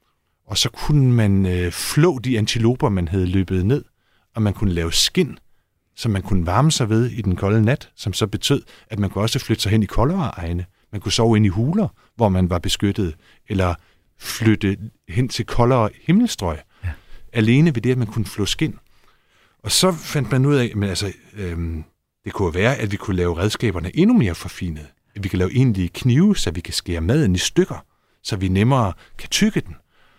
Og så kunne man øh, flå de antiloper, man havde løbet ned. Og man kunne lave skind, som man kunne varme sig ved i den kolde nat, som så betød, at man kunne også flytte sig hen i koldere egne. Man kunne sove ind i huler, hvor man var beskyttet, eller flytte hen til koldere himmelstrøg. Ja. Alene ved det, at man kunne flå skind. Og så fandt man ud af, at altså, øhm, det kunne være, at vi kunne lave redskaberne endnu mere forfinet. At vi kan lave egentlige knive, så vi kan skære maden i stykker, så vi nemmere kan tygge den.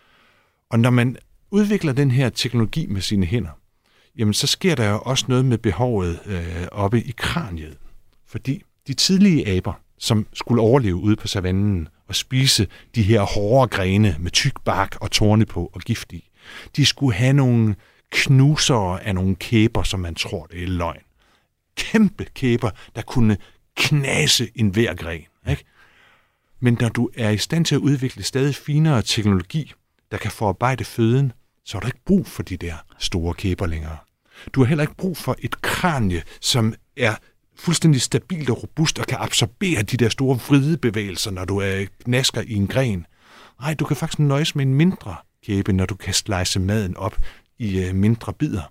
Og når man udvikler den her teknologi med sine hænder, jamen så sker der jo også noget med behovet øh, oppe i kraniet. Fordi de tidlige aber, som skulle overleve ude på savannen og spise de her hårde grene med tyk bark og torne på og gift i, de skulle have nogle knusere af nogle kæber, som man tror, det er løgn. Kæmpe kæber, der kunne knase en hver gren. Ikke? Men når du er i stand til at udvikle stadig finere teknologi, der kan forarbejde føden, så er der ikke brug for de der store kæber længere. Du har heller ikke brug for et kranie, som er fuldstændig stabilt og robust og kan absorbere de der store vridebevægelser, når du er knasker i en gren. Nej, du kan faktisk nøjes med en mindre kæbe, når du kan slice maden op i mindre bidder.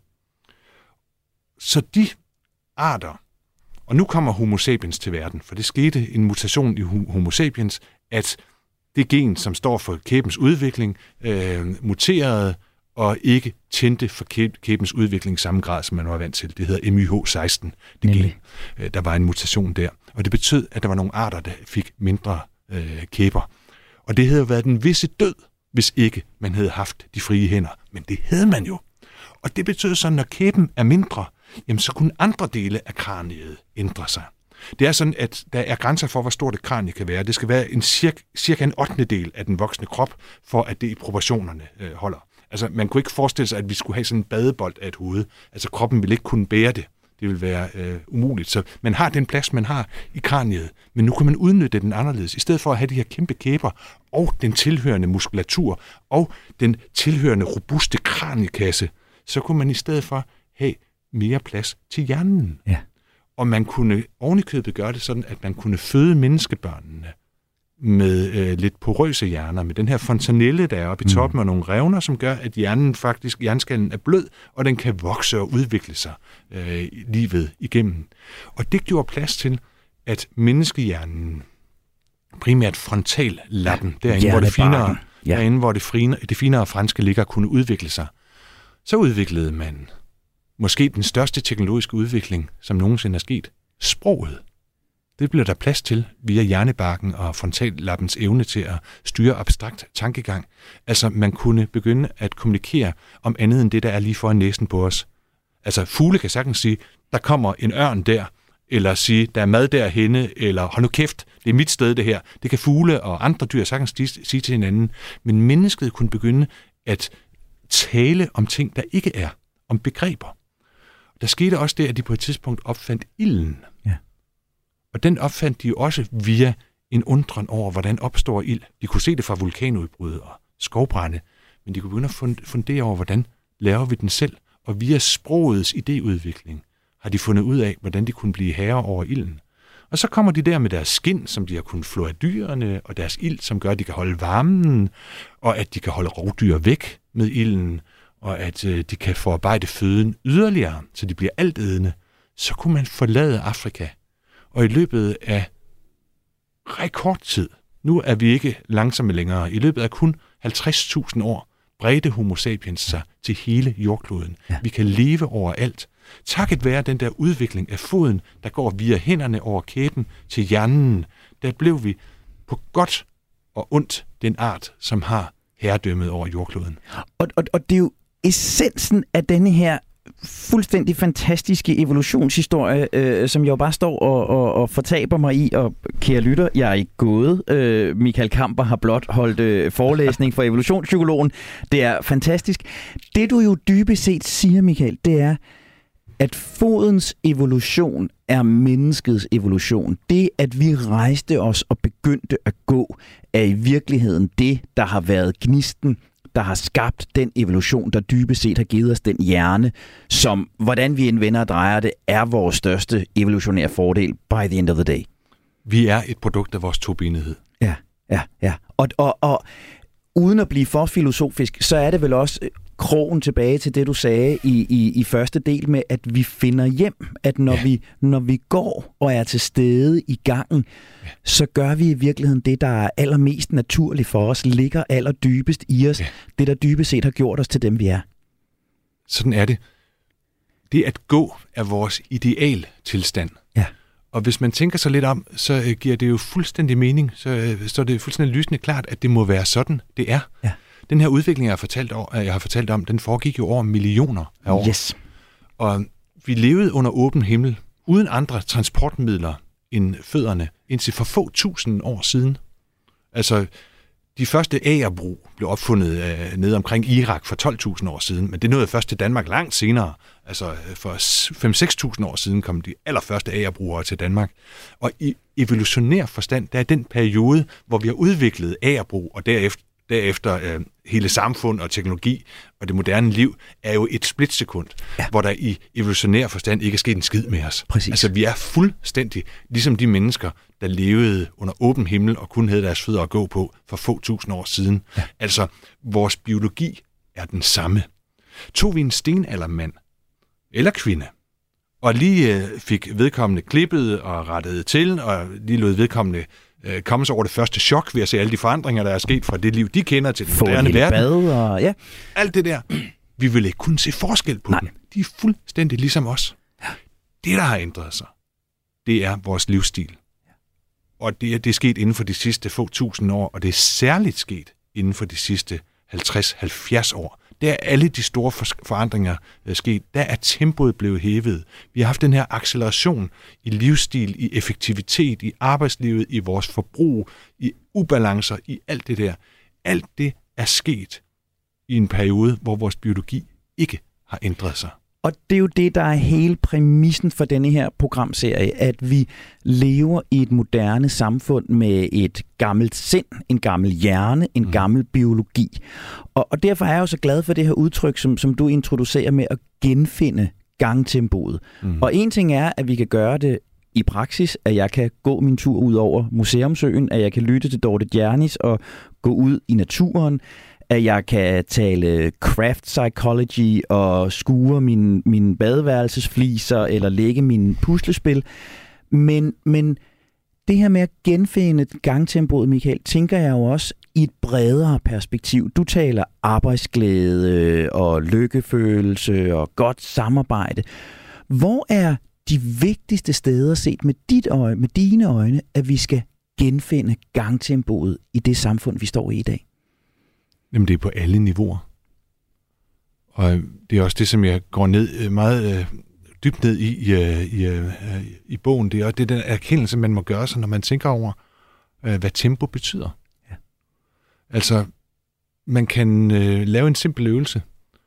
Så de arter, og nu kommer homo sapiens til verden, for det skete en mutation i homo sapiens, at det gen, som står for kæbens udvikling, øh, muterede og ikke tændte for kæbens udvikling i samme grad, som man var vant til. Det hedder M Y H seksten. Det gen. Der var en mutation der. Og det betød, at der var nogle arter, der fik mindre øh, kæber. Og det havde jo været den visse død, hvis ikke man havde haft de frie hænder. Men det havde man jo. Og det betød så, at når kæben er mindre, jamen så kunne andre dele af kraniet ændre sig. Det er sådan, at der er grænser for, hvor stort et kranie kan være. Det skal være en cirka, cirka en ottende del af den voksne krop, for at det i proportionerne øh, holder. Altså, man kunne ikke forestille sig, at vi skulle have sådan en badebold af et hoved. Altså, kroppen ville ikke kunne bære det. Det ville være øh, umuligt. Så man har den plads, man har i kraniet, men nu kan man udnytte den anderledes. I stedet for at have de her kæmpe kæber og den tilhørende muskulatur og den tilhørende robuste kraniekasse, så kunne man i stedet for have mere plads til hjernen. Ja. Og man kunne ovenikøbet gøre det sådan, at man kunne føde menneskebørnene med øh, lidt porøse hjerner, med den her fontanelle, der er oppe i toppen, mm. og nogle revner, som gør, at hjernen faktisk, hjerneskallen er blød, og den kan vokse og udvikle sig øh, livet igennem. Og det gjorde plads til, at menneskehjernen, primært frontallappen, ja, derinde, hvor det finere, ja. derinde, hvor det, frine, det finere franske ligger, kunne udvikle sig, så udviklede man måske den største teknologiske udvikling, som nogensinde er sket, sproget. Det bliver der plads til via hjernebarken og frontallappens evne til at styre abstrakt tankegang. Altså, man kunne begynde at kommunikere om andet end det, der er lige foran næsen på os. Altså, fugle kan sagtens sige, der kommer en ørn der, eller sige, der er mad derhenne, eller hold nu kæft, det er mit sted det her. Det kan fugle og andre dyr sagtens sige til hinanden. Men mennesket kunne begynde at tale om ting, der ikke er, om begreber. Der skete også det, at de på et tidspunkt opfandt ilden. Ja. Og den opfandt de også via en undren over, hvordan opstår ild. De kunne se det fra vulkanudbrud og skovbrænde, men de kunne begynde at fundere over, hvordan laver vi den selv. Og via sprogets idéudvikling har de fundet ud af, hvordan de kunne blive herrer over ilden. Og så kommer de der med deres skin, som de har kunnet flå af dyrene, og deres ild, som gør, at de kan holde varmen, og at de kan holde rovdyr væk med ilden, og at øh, de kan forarbejde føden yderligere, så de bliver altædende. Så kunne man forlade Afrika. Og i løbet af rekordtid, nu er vi ikke langsomme længere, i løbet af kun halvtreds tusind år, bredte homo sapiens sig til hele jordkloden. Ja. Vi kan leve overalt. Takket være den der udvikling af foden, der går via hænderne over kæben til hjernen, der blev vi på godt og ondt den art, som har herredømmet over jordkloden. Og, og, og det er jo essensen af denne her fuldstændig fantastiske evolutionshistorie, øh, som jeg jo bare står og, og, og fortaber mig i, og kære lytter, jeg er ikke gået. Øh, Michael Kamper har blot holdt øh, forelæsning for evolutionspsykologen. Det er fantastisk. Det du jo dybest set siger, Michael, det er, at fodens evolution er menneskets evolution. Det, at vi rejste os og begyndte at gå, er i virkeligheden det, der har været gnisten, der har skabt den evolution, der dybest set har givet os den hjerne, som, hvordan vi indvender og drejer det, er vores største evolutionære fordel by the end of the day. Vi er et produkt af vores tobenighed. Ja, ja, ja. Og, og, og uden at blive for filosofisk, så er det vel også krogen tilbage til det, du sagde i, i, i første del med, at vi finder hjem, at når, ja. vi, når vi går og er til stede i gangen, ja. så gør vi i virkeligheden det, der er allermest naturligt for os, ligger allerdybest i os, ja. det, der dybest set har gjort os til dem, vi er. Sådan er det. Det at gå er vores idealtilstand. Ja. Og hvis man tænker sig lidt om, så giver det jo fuldstændig mening, så, så er det fuldstændig lysende klart, at det må være sådan, det er. Ja. Den her udvikling, jeg har fortalt, over, jeg har fortalt om, den foregik jo over millioner af år. Yes. Og vi levede under åben himmel, uden andre transportmidler end fødderne, indtil for få tusind år siden. Altså, de første agerbrug blev opfundet øh, nede omkring Irak for tolv tusind år siden, men det nåede først til Danmark langt senere. Altså, for fem til seks tusind år siden kom de allerførste agerbrugere til Danmark. Og i evolutionær forstand, der er den periode, hvor vi har udviklet agerbrug, og derefter Derefter øh, hele samfund og teknologi og det moderne liv er jo et splitsekund, ja. hvor der i evolutionær forstand ikke er sket en skid med os. Præcis. Altså vi er fuldstændig ligesom de mennesker, der levede under åben himmel og kun havde deres fødder at gå på for få tusind år siden. Ja. Altså vores biologi er den samme. Tog vi en stenaldermand eller kvinde, og lige øh, fik vedkommende klippet og rettet til, og lige lod vedkommende komme sig over det første chok ved at se alle de forandringer, der er sket fra det liv, de kender til den moderne verden. Bad og, ja. Alt det der. Vi vil ikke kunne se forskel på Nej. dem. De er fuldstændig ligesom os. Ja. Det, der har ændret sig, det er vores livsstil. Ja. Og det er, det er sket inden for de sidste få tusind år, og det er særligt sket inden for de sidste halvtreds til halvfjerds år. Der er alle de store forandringer sket. Der er tempoet blevet hævet. Vi har haft den her acceleration i livsstil, i effektivitet, i arbejdslivet, i vores forbrug, i ubalancer, i alt det der. Alt det er sket i en periode, hvor vores biologi ikke har ændret sig. Og det er jo det, der er hele præmissen for denne her programserie, at vi lever i et moderne samfund med et gammelt sind, en gammel hjerne, en mm. gammel biologi. Og, og derfor er jeg jo så glad for det her udtryk, som, som du introducerer med at genfinde gangtempoet. Mm. Og en ting er, at vi kan gøre det i praksis, at jeg kan gå min tur ud over Museumsøen, at jeg kan lytte til Dorte Djernis og gå ud i naturen, at jeg kan tale craft psychology og skure mine, mine badeværelsesfliser eller lægge mine puslespil. Men, men det her med at genfinde gangtempoet, Michael, tænker jeg jo også i et bredere perspektiv. Du taler arbejdsglæde og lykkefølelse og godt samarbejde. Hvor er de vigtigste steder set med dit øje, med dine øjne, at vi skal genfinde gangtempoet i det samfund, vi står i i dag? Jamen, det er på alle niveauer. Og det er også det, som jeg går ned meget øh, dybt ned i, i, i, i bogen. Det er, det er den erkendelse, man må gøre sig, når man tænker over, hvad tempo betyder. Ja. Altså, man kan øh, lave en simpel øvelse.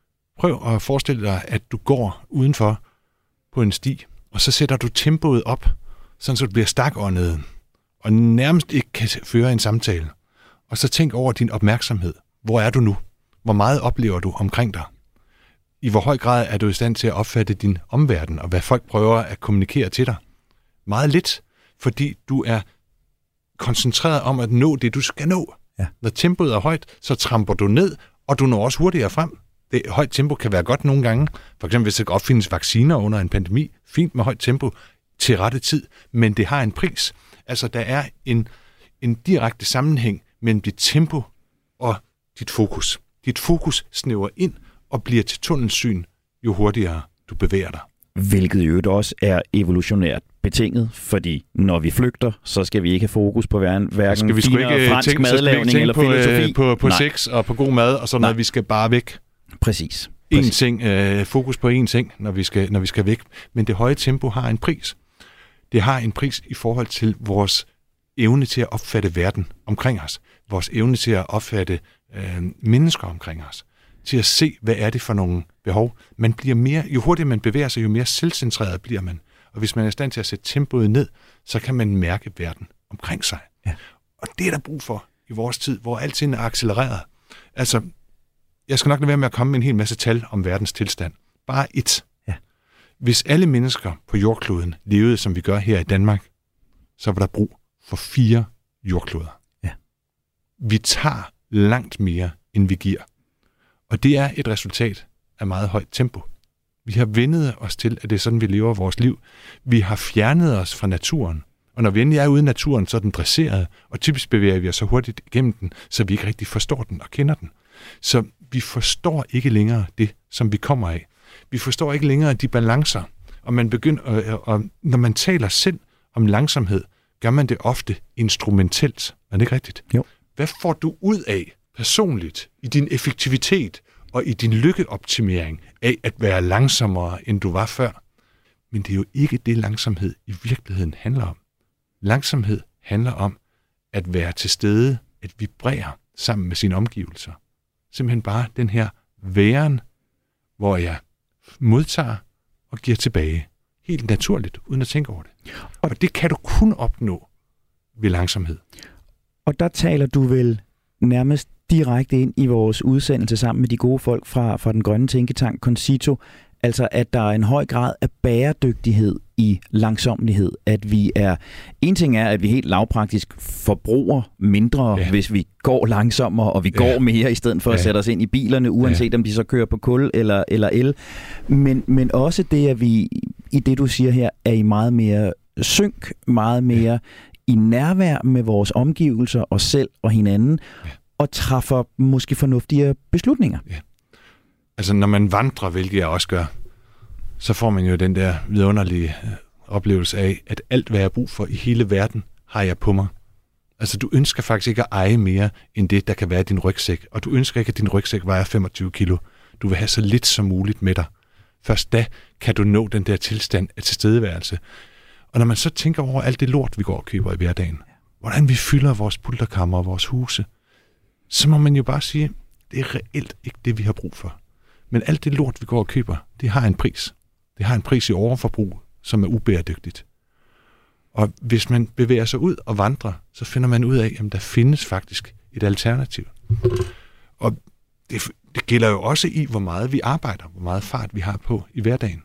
Prøv at forestille dig, at du går udenfor på en sti, og så sætter du tempoet op, sådan så du bliver stakåndet, og nærmest ikke kan føre en samtale. Og så tænk over din opmærksomhed. Hvor er du nu? Hvor meget oplever du omkring dig? I hvor høj grad er du i stand til at opfatte din omverden, og hvad folk prøver at kommunikere til dig? Meget lidt, fordi du er koncentreret om at nå det, du skal nå. Ja. Når tempoet er højt, så tramper du ned, og du når også hurtigere frem. Det højt tempo kan være godt nogle gange. For eksempel hvis der kan opfindes vacciner under en pandemi. Fint med højt tempo til rette tid, men det har en pris. Altså, der er en, en direkte sammenhæng mellem dit tempo og dit fokus. Dit fokus snæver ind og bliver til tunnelsyn, jo hurtigere du bevæger dig. Hvilket jo også er evolutionært betinget, fordi når vi flygter, så skal vi ikke have fokus på hverken finere fransk tænke, madlavning eller på, filosofi. På, på sex og på god mad og sådan noget, vi skal bare væk. Præcis. En ting, øh, fokus på én ting, når vi, skal, når vi skal væk. Men det høje tempo har en pris. Det har en pris i forhold til vores evne til at opfatte verden omkring os. Vores evne til at opfatte øh, mennesker omkring os. Til at se, hvad er det for nogle behov. Man bliver mere, jo hurtigere man bevæger sig, jo mere selvcentreret bliver man. Og hvis man er i stand til at sætte tempoet ned, så kan man mærke verden omkring sig. Ja. Og det er der brug for i vores tid, hvor alting er accelereret. Altså, jeg skal nok lade være med at komme med en hel masse tal om verdens tilstand. Bare et. Ja. Hvis alle mennesker på jordkloden levede, som vi gør her i Danmark, så var der brug for fire jordkloder. Ja. Vi tager langt mere, end vi giver. Og det er et resultat af meget højt tempo. Vi har vendet os til, at det er sådan, vi lever vores liv. Vi har fjernet os fra naturen. Og når vi endelig er ude i naturen, så er den dresseret, og typisk bevæger vi os så hurtigt igennem den, så vi ikke rigtig forstår den og kender den. Så vi forstår ikke længere det, som vi kommer af. Vi forstår ikke længere de balancer. Og man begynder, og, og når man taler selv om langsomhed, gør man det ofte instrumentelt. Er det ikke rigtigt? Jo. Hvad får du ud af personligt i din effektivitet og i din lykkeoptimering af at være langsommere, end du var før? Men det er jo ikke det, langsomhed i virkeligheden handler om. Langsomhed handler om at være til stede, at vibrere sammen med sine omgivelser. Simpelthen bare den her væren, hvor jeg modtager og giver tilbage. Helt naturligt, uden at tænke over det. Og det kan du kun opnå ved langsomhed. Og der taler du vel nærmest direkte ind i vores udsendelse sammen med de gode folk fra, fra den grønne tænketank Concito, altså at der er en høj grad af bæredygtighed i langsommelighed. At vi er, en ting er, at vi helt lavpraktisk forbruger mindre, ja. Hvis vi går langsommere, og vi går ja. mere, i stedet for ja. at sætte os ind i bilerne, uanset ja. om de så kører på kul eller, eller el. Men, men også det, at vi i det, du siger her, er i meget mere synk, meget mere ja. i nærvær med vores omgivelser, os selv og hinanden, ja. og træffer måske fornuftige beslutninger. Ja. Altså, når man vandrer, hvilket jeg også gør, så får man jo den der vidunderlige oplevelse af, at alt, hvad jeg har brug for i hele verden, har jeg på mig. Altså, du ønsker faktisk ikke at eje mere, end det, der kan være i din rygsæk. Og du ønsker ikke, at din rygsæk vejer femogtyve kilo. Du vil have så lidt som muligt med dig. Først da kan du nå den der tilstand af tilstedeværelse. Og når man så tænker over alt det lort, vi går og køber i hverdagen, hvordan vi fylder vores pulterkammer og vores huse, så må man jo bare sige, det er reelt ikke det, vi har brug for. Men alt det lort, vi går og køber, det har en pris. Det har en pris i overforbrug, som er ubæredygtigt. Og hvis man bevæger sig ud og vandrer, så finder man ud af, at der findes faktisk et alternativ. Og det, det gælder jo også i, hvor meget vi arbejder, hvor meget fart vi har på i hverdagen.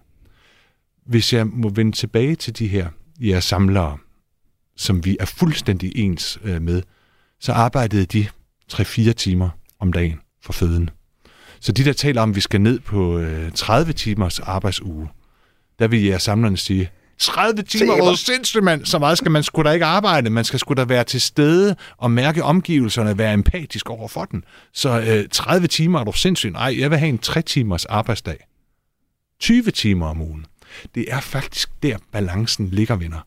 Hvis jeg må vende tilbage til de her jeres samlere, som vi er fuldstændig ens med, så arbejdede de tre-fire timer om dagen for føden. Så de, der taler om, at vi skal ned på øh, tredive timers arbejdsuge, der vil jeg samlerne sige, tredive timer, hvor sindssygt, mand. Så meget skal man sgu da ikke arbejde. Man skal sgu da være til stede og mærke omgivelserne, være empatisk over for den. Så øh, tredive timer er du sindssygt. Nej, jeg vil have en tre timers arbejdsdag. tyve timer om ugen. Det er faktisk der, balancen ligger, venner.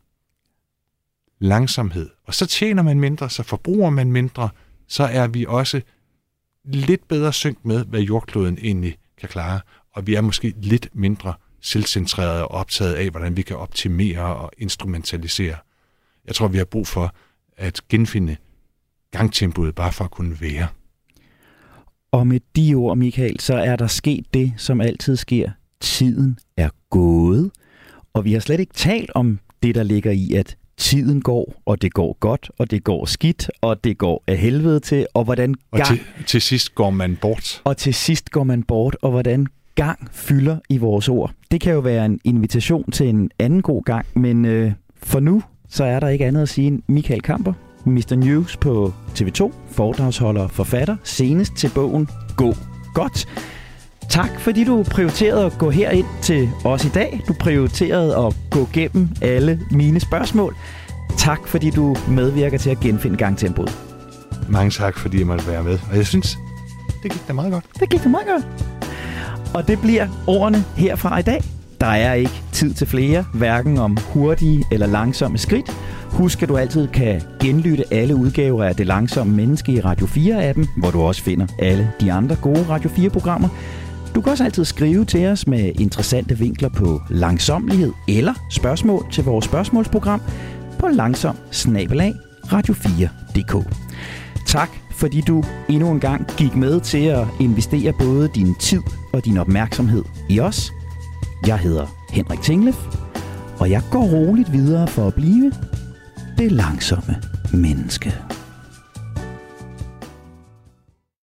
Langsomhed. Og så tjener man mindre, så forbruger man mindre, så er vi også lidt bedre synk med, hvad jordkloden egentlig kan klare, og vi er måske lidt mindre selvcentreret og optaget af, hvordan vi kan optimere og instrumentalisere. Jeg tror, vi har brug for at genfinde gangtempoet bare for at kunne være. Og med de ord, Michael, så er der sket det, som altid sker. Tiden er gået, og vi har slet ikke talt om det, der ligger i, at tiden går, og det går godt, og det går skidt, og det går af helvede til, og hvordan gang... Og til, til sidst går man bort. Og til sidst går man bort, og hvordan gang fylder i vores ord. Det kan jo være en invitation til en anden god gang, men øh, for nu, så er der ikke andet at sige end Michael Kamper, mister News på T V to, foredragsholder og forfatter, senest til bogen Gå Godt. Tak, fordi du prioriterede at gå herind til os i dag. Du prioriterede at gå gennem alle mine spørgsmål. Tak, fordi du medvirker til at genfinde gangtempoet. Mange tak, fordi jeg måtte være med. Og jeg synes, det gik da meget godt. Det gik da meget godt. Og det bliver ordene herfra i dag. Der er ikke tid til flere, hverken om hurtige eller langsomme skridt. Husk, at du altid kan genlytte alle udgaver af Det Langsomme Menneske i Radio fire-appen, hvor du også finder alle de andre gode Radio fire-programmer. Du kan også altid skrive til os med interessante vinkler på langsommelighed eller spørgsmål til vores spørgsmålsprogram på langsom snabel-a radio fire punktum d k. Tak, fordi du endnu en gang gik med til at investere både din tid og din opmærksomhed i os. Jeg hedder Henrik Tinglef, og jeg går roligt videre for at blive det langsomme menneske.